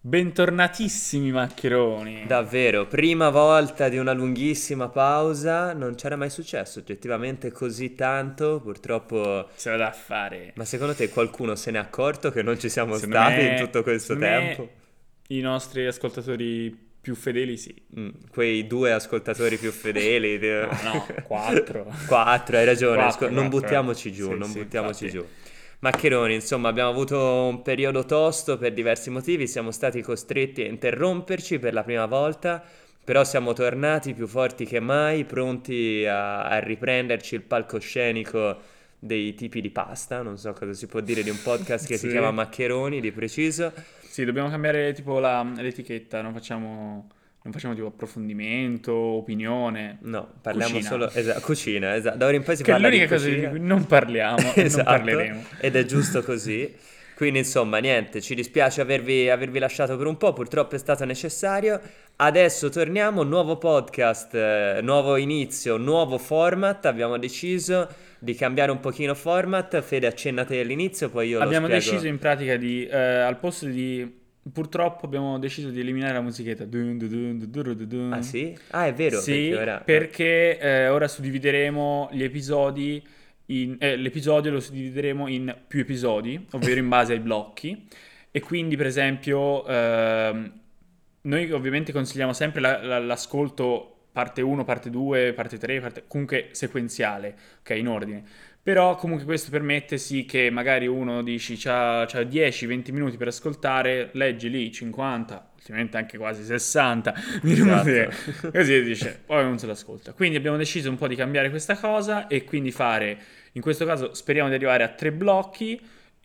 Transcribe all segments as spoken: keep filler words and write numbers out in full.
Bentornatissimi maccheroni. Davvero, prima volta di una lunghissima pausa, non c'era mai successo oggettivamente così tanto, purtroppo. C'era da fare. Ma secondo te qualcuno se n'è accorto che non ci siamo Secondo stati me- in tutto questo secondo me tempo? I nostri ascoltatori più fedeli sì. Mm, quei due ascoltatori più fedeli. No, no, quattro. Quattro, hai ragione, Quattro, ascol- non quattro, buttiamoci eh. giù, Sì, non sì, buttiamoci infatti. giù. Maccheroni, insomma, abbiamo avuto un periodo tosto per diversi motivi, siamo stati costretti a interromperci per la prima volta, però siamo tornati più forti che mai, pronti a, a riprenderci il palcoscenico dei tipi di pasta, non so cosa si può dire di un podcast che si Sì. chiama Maccheroni, di preciso. Sì, dobbiamo cambiare tipo la- l'etichetta, non facciamo, non facciamo tipo approfondimento, opinione. No, parliamo Cucina. solo... Esatto, cucina, esatto. Da ora in poi si Che è parla di l'unica cosa di cucina. cui non parliamo e non Esatto, parleremo. ed è giusto così. Quindi insomma niente, ci dispiace avervi, avervi lasciato per un po', purtroppo è stato necessario. Adesso torniamo, nuovo podcast, eh, nuovo inizio, nuovo format. Abbiamo deciso di cambiare un pochino format. Fede, accennate all'inizio, poi io Abbiamo lo spiego. deciso in pratica di, eh, al posto di, purtroppo abbiamo deciso di eliminare la musichetta. Dun, dun, dun, dun, dun, dun, dun. Ah sì? Ah è vero, Sì, perché ora... perché eh, ora suddivideremo gli episodi, in, eh, l'episodio lo suddivideremo in più episodi, ovvero in base ai blocchi. E quindi, per esempio, ehm, noi ovviamente consigliamo sempre la- la- l'ascolto parte uno, parte due, parte tre, parte... comunque sequenziale, ok, in ordine. Però comunque questo permette sì che magari uno dici c'ha, c'ha dieci venti minuti per ascoltare, leggi lì cinquanta, ultimamente anche quasi sessanta minuti, Esatto. così dice, poi non se l'ascolta. Quindi abbiamo deciso un po' di cambiare questa cosa e quindi fare, in questo caso speriamo di arrivare a tre blocchi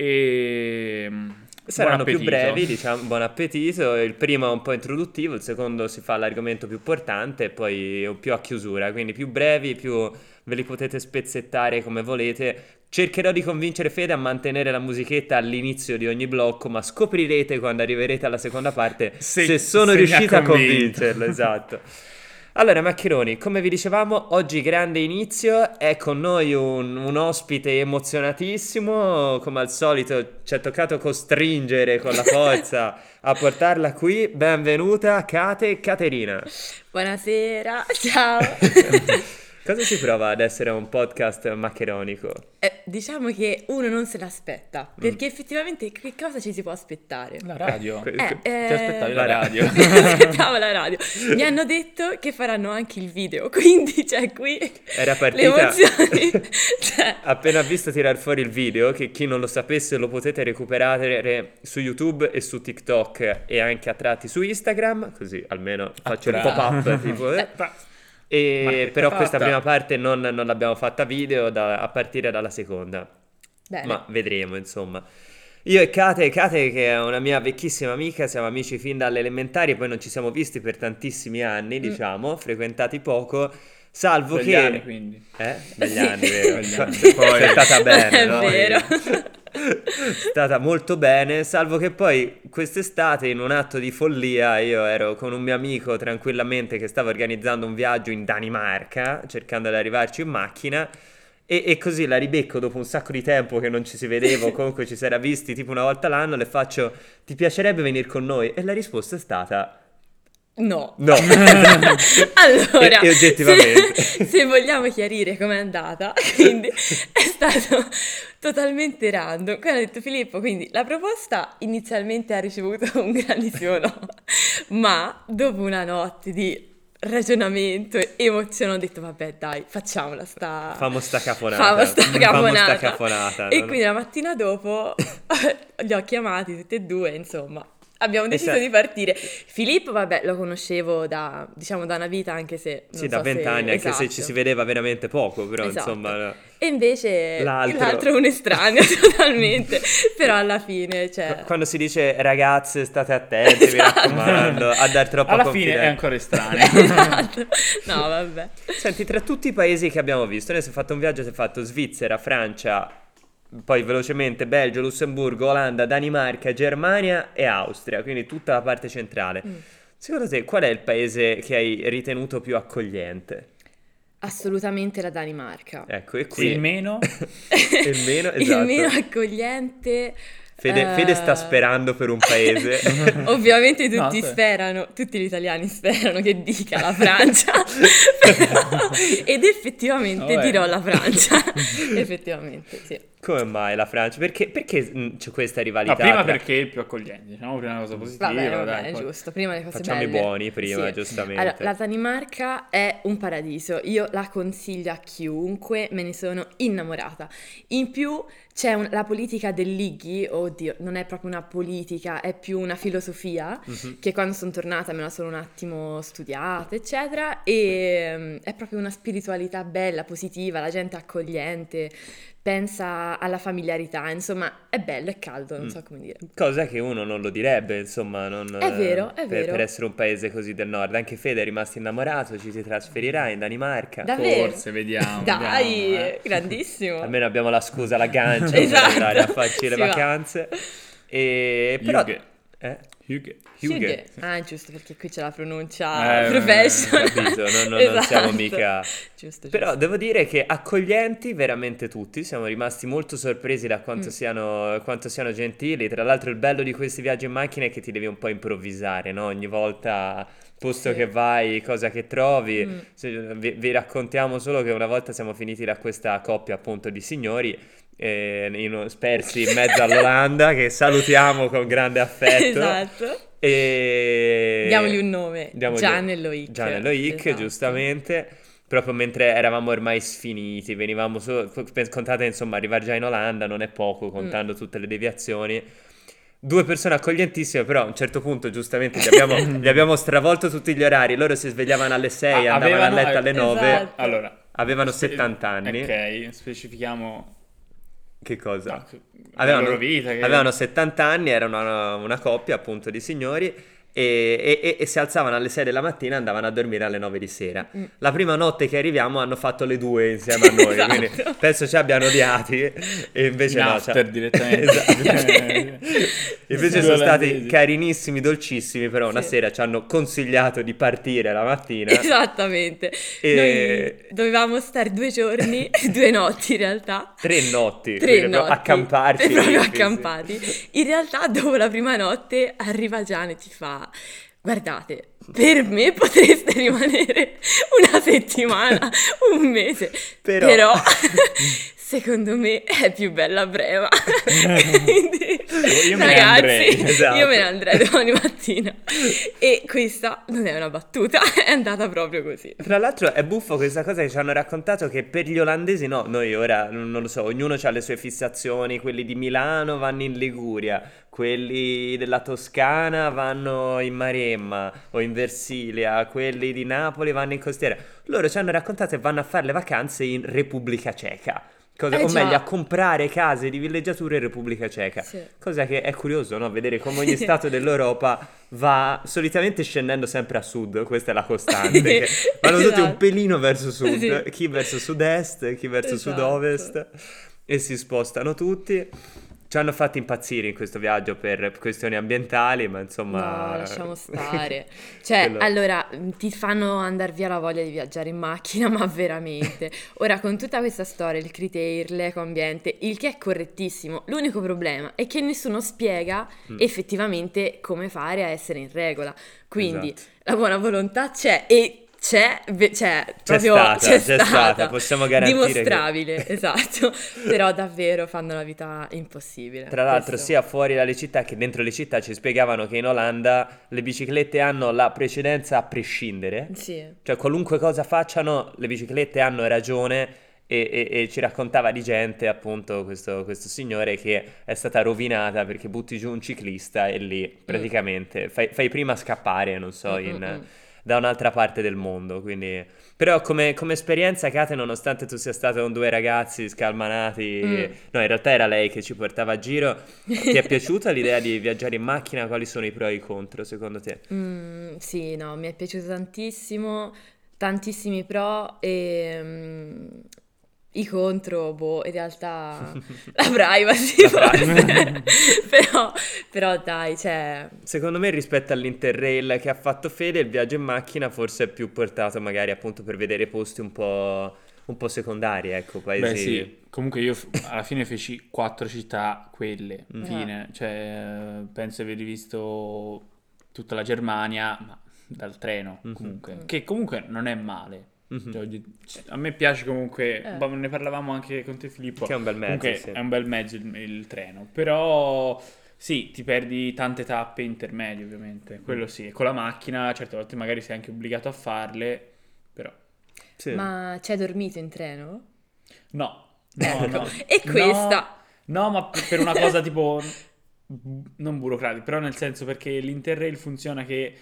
e... mm, Saranno buon più appetito. brevi, diciamo, buon appetito. Il primo è un po' introduttivo, il secondo si fa l'argomento più portante e poi più a chiusura. Quindi più brevi, più ve li potete spezzettare come volete. Cercherò di convincere Fede a mantenere la musichetta all'inizio di ogni blocco, ma scoprirete quando arriverete alla seconda parte se, Se- sono se mi ha riuscito a convinto. convincerlo. Esatto. Allora, Maccheroni, come vi dicevamo, oggi grande inizio, è con noi un, un ospite emozionatissimo, come al solito ci è toccato costringere con la forza a portarla qui. Benvenuta, Kate Caterina. Buonasera, ciao. Cosa si prova ad essere un podcast maccheronico? Eh, diciamo che uno non se l'aspetta, perché effettivamente che cosa ci si può aspettare? La radio. Que- Eh, que- eh, Ti aspettavi la la- radio. aspettavo la radio. Mi hanno detto che faranno anche il video, quindi c'è qui Era le partita emozioni. Cioè, appena visto tirar fuori il video, che chi non lo sapesse lo potete recuperare su YouTube e su TikTok e anche a tratti su Instagram, così almeno faccio il tratti. pop-up tipo... eh. E Marchetta però questa fatta. prima parte non, non l'abbiamo fatta video da- a partire dalla seconda, bene. ma vedremo insomma. Io e Kate, Kate che è una mia vecchissima amica, siamo amici fin dalle elementari, poi non ci siamo visti per tantissimi anni, diciamo, frequentati poco, salvo Begli che... anni, quindi. Eh? Begli Sì. anni, vero? Begli anni. Poi Poi- è stata bene, È no? vero. È stata molto bene, salvo che poi quest'estate in un atto di follia io ero con un mio amico tranquillamente che stava organizzando un viaggio in Danimarca, cercando di arrivarci in macchina e, e così la ribecco dopo un sacco di tempo che non ci si vedeva, o comunque ci si era visti tipo una volta l'anno, le faccio ti piacerebbe venire con noi? E la risposta è stata No. no. Allora, E- e oggettivamente. se, se vogliamo chiarire com'è andata, quindi è stato totalmente random. Quindi ha detto Filippo, quindi la proposta inizialmente ha ricevuto un grandissimo no, ma dopo una notte di ragionamento e emozione ho detto vabbè dai, facciamola sta... Famo sta caponata. Famo sta Famo caponata. sta caponata, E no? quindi la mattina dopo li ho chiamati tutti e due, insomma. Abbiamo deciso sa- di partire. Filippo, vabbè, lo conoscevo da, diciamo, da una vita, anche se non Sì, da so se- vent'anni, anche se esatto. ci si vedeva veramente poco, però Esatto. insomma... E invece L'altro- l'altro, è un estraneo totalmente, però alla fine, cioè... Quando si dice ragazze state attente, mi Esatto. raccomando, a dar troppa Alla fine è confidenza. ancora estraneo. Esatto. No, vabbè. Senti, tra tutti i paesi che abbiamo visto, noi si è fatto un viaggio, si è fatto Svizzera, Francia, poi velocemente Belgio, Lussemburgo, Olanda, Danimarca, Germania e Austria, quindi tutta la parte centrale. Mm. Secondo te qual è il paese che hai ritenuto più accogliente? Assolutamente la Danimarca. Ecco, e qui Il meno? il meno, esatto. Il meno accogliente... Fede, Fede sta Eh, sperando per un paese. Ovviamente No, tutti sì. sperano, tutti gli italiani sperano che dica la Francia, però- ed effettivamente Vabbè. dirò la Francia, effettivamente, sì. Come mai la Francia? Perché, perché mh, c'è questa No, rivalità prima tra- perché è il più accogliente, diciamo prima una cosa positiva, Va bene, va dai, bene, poi- giusto, prima le cose Facciamo i belle. buoni prima, Sì. giustamente. Allora, la Danimarca è un paradiso, io la consiglio a chiunque, me ne sono innamorata. In più c'è un- la politica dell'Iggy, oddio, non è proprio una politica, è più una filosofia, Mhm. che quando sono tornata me la sono un attimo studiata, eccetera, e mm, è proprio una spiritualità bella, positiva, la gente è accogliente, pensa alla familiarità, insomma, è bello, è caldo, non Mm. so come dire. Cosa che uno non lo direbbe, insomma, non, È vero, è per, vero. per essere un paese così del nord. Anche Fede è rimasto innamorato, ci si trasferirà in Danimarca. Davvero? Forse, vediamo, Dai, vediamo, eh. grandissimo. Almeno abbiamo la scusa, la gancia Esatto. per andare a farci le Si va. vacanze. E però... Hygge. Eh? Hygge. Hygge. Hygge. Ah, giusto, perché qui c'è la pronuncia Eh, professional. capito, no, no, non Esatto. siamo mica... Giusto, Però giusto. devo dire che accoglienti veramente tutti, siamo rimasti molto sorpresi da quanto, Mm. siano, quanto siano gentili. Tra l'altro il bello di questi viaggi in macchina è che ti devi un po' improvvisare, no? Ogni volta, posto Sì. che vai, cosa che trovi. Mm. Se- vi, vi raccontiamo solo che una volta siamo finiti da questa coppia appunto di signori eh, in- spersi in mezzo all'Olanda, che salutiamo con grande affetto. Esatto. E... Diamogli un nome. Diamogli- Gian e Loic. Gian e Loic, Esatto. giustamente. Proprio mentre eravamo ormai sfiniti, venivamo su, contate insomma, arrivare già in Olanda non è poco, Mm. contando tutte le deviazioni. Due persone accoglientissime, però a un certo punto giustamente gli abbiamo, gli abbiamo stravolto tutti gli orari. Loro si svegliavano alle sei, Ah, andavano avevano- a letto alle nove, Esatto. Allora, avevano spe- settanta anni. Ok, specifichiamo Che cosa? no, la Avevano, loro vita. Che... avevano settanta anni, erano una, una coppia appunto di signori e, e- e- e si alzavano alle sei della mattina e andavano a dormire alle nove di sera. Mm. La prima notte che arriviamo hanno fatto le due insieme a noi, Esatto. quindi penso ci abbiano odiati e invece In no. after cioè- direttamente. Esatto. Invece Sì, sono stati olandesi. carinissimi, dolcissimi, però una Sì. sera ci hanno consigliato di partire la mattina. Esattamente. E- Noi dovevamo stare due giorni, due notti in realtà. Tre notti, Tre proprio notti. accamparci. E proprio Sì, sì. accampati. In realtà dopo la prima notte arriva Gian e ti fa: guardate, per me potreste rimanere una settimana, un mese, Però- però, secondo me è più bella Brema. Quindi, Io me ne ragazzi, andrei. Esatto. io me ne andrei domani mattina. E questa non è una battuta, è andata proprio così. Tra l'altro è buffo questa cosa che ci hanno raccontato che per gli olandesi no, noi ora non non lo so, ognuno ha le sue fissazioni, quelli di Milano vanno in Liguria, quelli della Toscana vanno in Maremma o in Versilia, quelli di Napoli vanno in costiera. Loro ci hanno raccontato che vanno a fare le vacanze in Repubblica Ceca. Cosa- Eh o già. meglio, a comprare case di villeggiature in Repubblica Ceca. Sì. Cosa che è curioso, no? Vedere come ogni stato dell'Europa va solitamente scendendo sempre a sud, questa è la costante. che vanno tutti un Esatto. pelino verso sud, Sì. chi verso sud-est, chi verso Esatto. sud-ovest, e si spostano tutti. Ci hanno fatto impazzire in questo viaggio per questioni ambientali, ma insomma... No, lasciamo stare. Cioè, Quello- allora, mh, ti fanno andare via la voglia di viaggiare in macchina, ma veramente. Ora, con tutta questa storia, il criteir, l'ecoambiente, il che è correttissimo, l'unico problema è che nessuno spiega Mm. effettivamente come fare a essere in regola. Quindi, Esatto. la buona volontà c'è e c'è, ve- c'è, proprio stata, c'è c'è stata, stata, possiamo garantire che- dimostrabile, esatto. Però davvero fanno la vita impossibile. Tra l'altro Questo- sia fuori dalle città che dentro le città ci spiegavano che in Olanda le biciclette hanno la precedenza a prescindere. Sì. Cioè qualunque cosa facciano, le biciclette hanno ragione e, e- e ci raccontava di gente, appunto, questo, questo signore che è stata rovinata perché butti giù un ciclista e lì praticamente fai, fai prima scappare, non so, Mm, in- mm, mm. da un'altra parte del mondo. Quindi... Però come, come esperienza, Kate, nonostante tu sia stata con due ragazzi scalmanati, Mm. no, in realtà era lei che ci portava a giro, ti è piaciuta l'idea di viaggiare in macchina? Quali sono i pro e i contro, secondo te? Mm, sì, no, mi è piaciuto tantissimo, tantissimi pro e mm, i contro, boh, in realtà la privacy La forse, però, però dai, cioè, Secondo me rispetto all'Interrail che ha fatto Fede, il viaggio in macchina forse è più portato magari appunto per vedere posti un po', un po' secondari, ecco, paesi... Beh sì, comunque io f- alla fine feci quattro città, quelle, Mm. fine, cioè eh, penso di aver visto tutta la Germania, ma dal treno Mhm. comunque, Mm. che comunque non è male. Mhm. Cioè, oggi- a me piace comunque, Eh. ma ne parlavamo anche con te Filippo, Che è un bel mezzo, comunque sì. è un bel mezzo il, il treno, però sì, ti perdi tante tappe intermedie ovviamente, quello sì, e con la macchina certe volte magari sei anche obbligato a farle, però Sì. Ma ci hai dormito in treno? no, no, Ecco, no. e No, questa? no, ma p- per una cosa tipo bu- non burocratica, però nel senso perché l'Interrail funziona che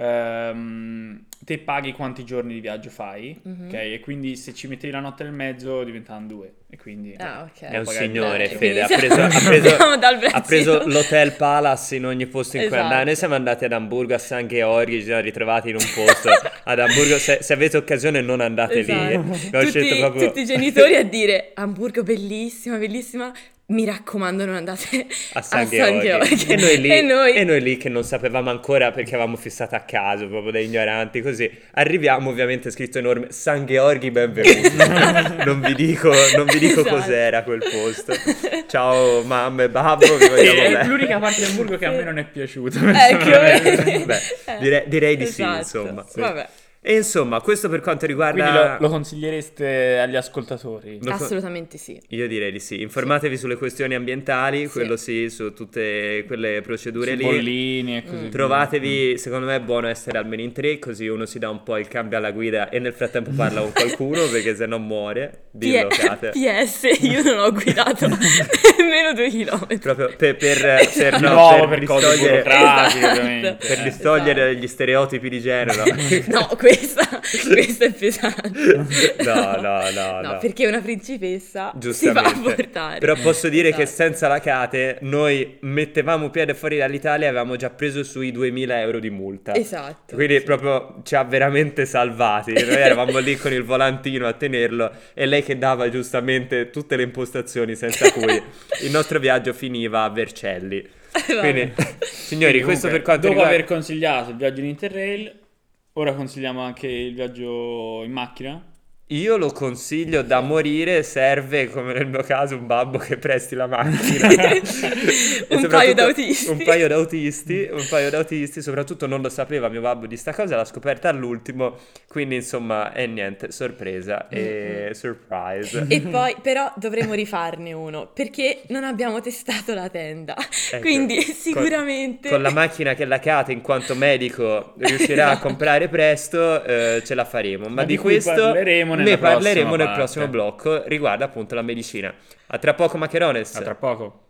ehm, te paghi quanti giorni di viaggio fai, Mhm. ok? E quindi se ci mettevi la notte nel mezzo diventavano due e quindi Ah, ok. È un pagare signore, Dai, Fede, ha quindi preso, ha preso- siamo dal Brasile. ha preso l'Hotel Palace in ogni posto in cui Esatto. andare. Noi siamo andati ad Hamburgo, a San Georgi, ci siamo ritrovati in un posto ad Hamburgo. Se, se avete occasione non andate lì. Esatto. Abbiamo Tutti, scelto proprio... tutti i genitori a dire Hamburgo bellissima, bellissima. Mi raccomando, non andate a San a San Georgi. Georgi. E noi, lì, E noi- e noi lì che non sapevamo ancora perché avevamo fissato a caso, proprio da ignoranti, così. Arriviamo, ovviamente scritto enorme, San Georgi benvenuti. non vi dico, non vi dico Esatto. cos'era quel posto. Ciao mamma e babbo, vi vogliamo è bene. l'unica parte di Hamburgo che a me non è piaciuta. Ecco. personalmente. Beh, Eh, direi, direi di sì, esatto. insomma. Vabbè, E insomma, questo per quanto riguarda... Quindi lo, lo consigliereste agli ascoltatori? Lo co- assolutamente sì. Io direi di sì. Informatevi sulle questioni ambientali, Sì. quello sì, su tutte quelle procedure Sui lì. bollini e così Mm. via. Trovatevi, secondo me è buono essere almeno in tre, così uno si dà un po' il cambio alla guida e nel frattempo parla con qualcuno perché se no muore. Dillo, Kate. P S, io non ho guidato nemmeno due chilometri. Proprio per, per, per, Di no, nuovo per per cose distogliere, burocratiche, Esatto. ovviamente. per Eh. distogliere Esatto. gli stereotipi di genere. No, questa, questa è pesante. No, no, no, No, no. perché una principessa si fa Giustamente. portare. Però posso dire che Esatto. senza la Kate noi mettevamo piede fuori dall'Italia e avevamo già preso sui duemila euro di multa. Esatto. Quindi sì. proprio ci ha veramente salvati. Noi eravamo lì con il volantino a tenerlo e lei che dava giustamente tutte le impostazioni senza cui il nostro viaggio finiva a Vercelli. Vabbè. Quindi, signori, Quindi, questo comunque, per quanto dopo riguarda... aver consigliato il viaggio in Interrail, ora consigliamo anche il viaggio in macchina. Io lo consiglio da morire, serve come nel mio caso un babbo che presti la macchina. E Un soprattutto paio d'autisti. Un paio d'autisti, un paio d'autisti, soprattutto non lo sapeva mio babbo di sta cosa, l'ha scoperta all'ultimo, quindi insomma è niente, sorpresa e surprise. E poi però dovremmo rifarne uno perché non abbiamo testato la tenda. Ecco, Quindi con- sicuramente Con la macchina che la Kate in quanto medico riuscirà a Esatto. comprare presto, eh, ce la faremo. Ma, Ma di, di cui questo parleremo nella ne parleremo prossima nel parte. prossimo blocco riguardo appunto la medicina. A tra poco, Macherones. A tra poco.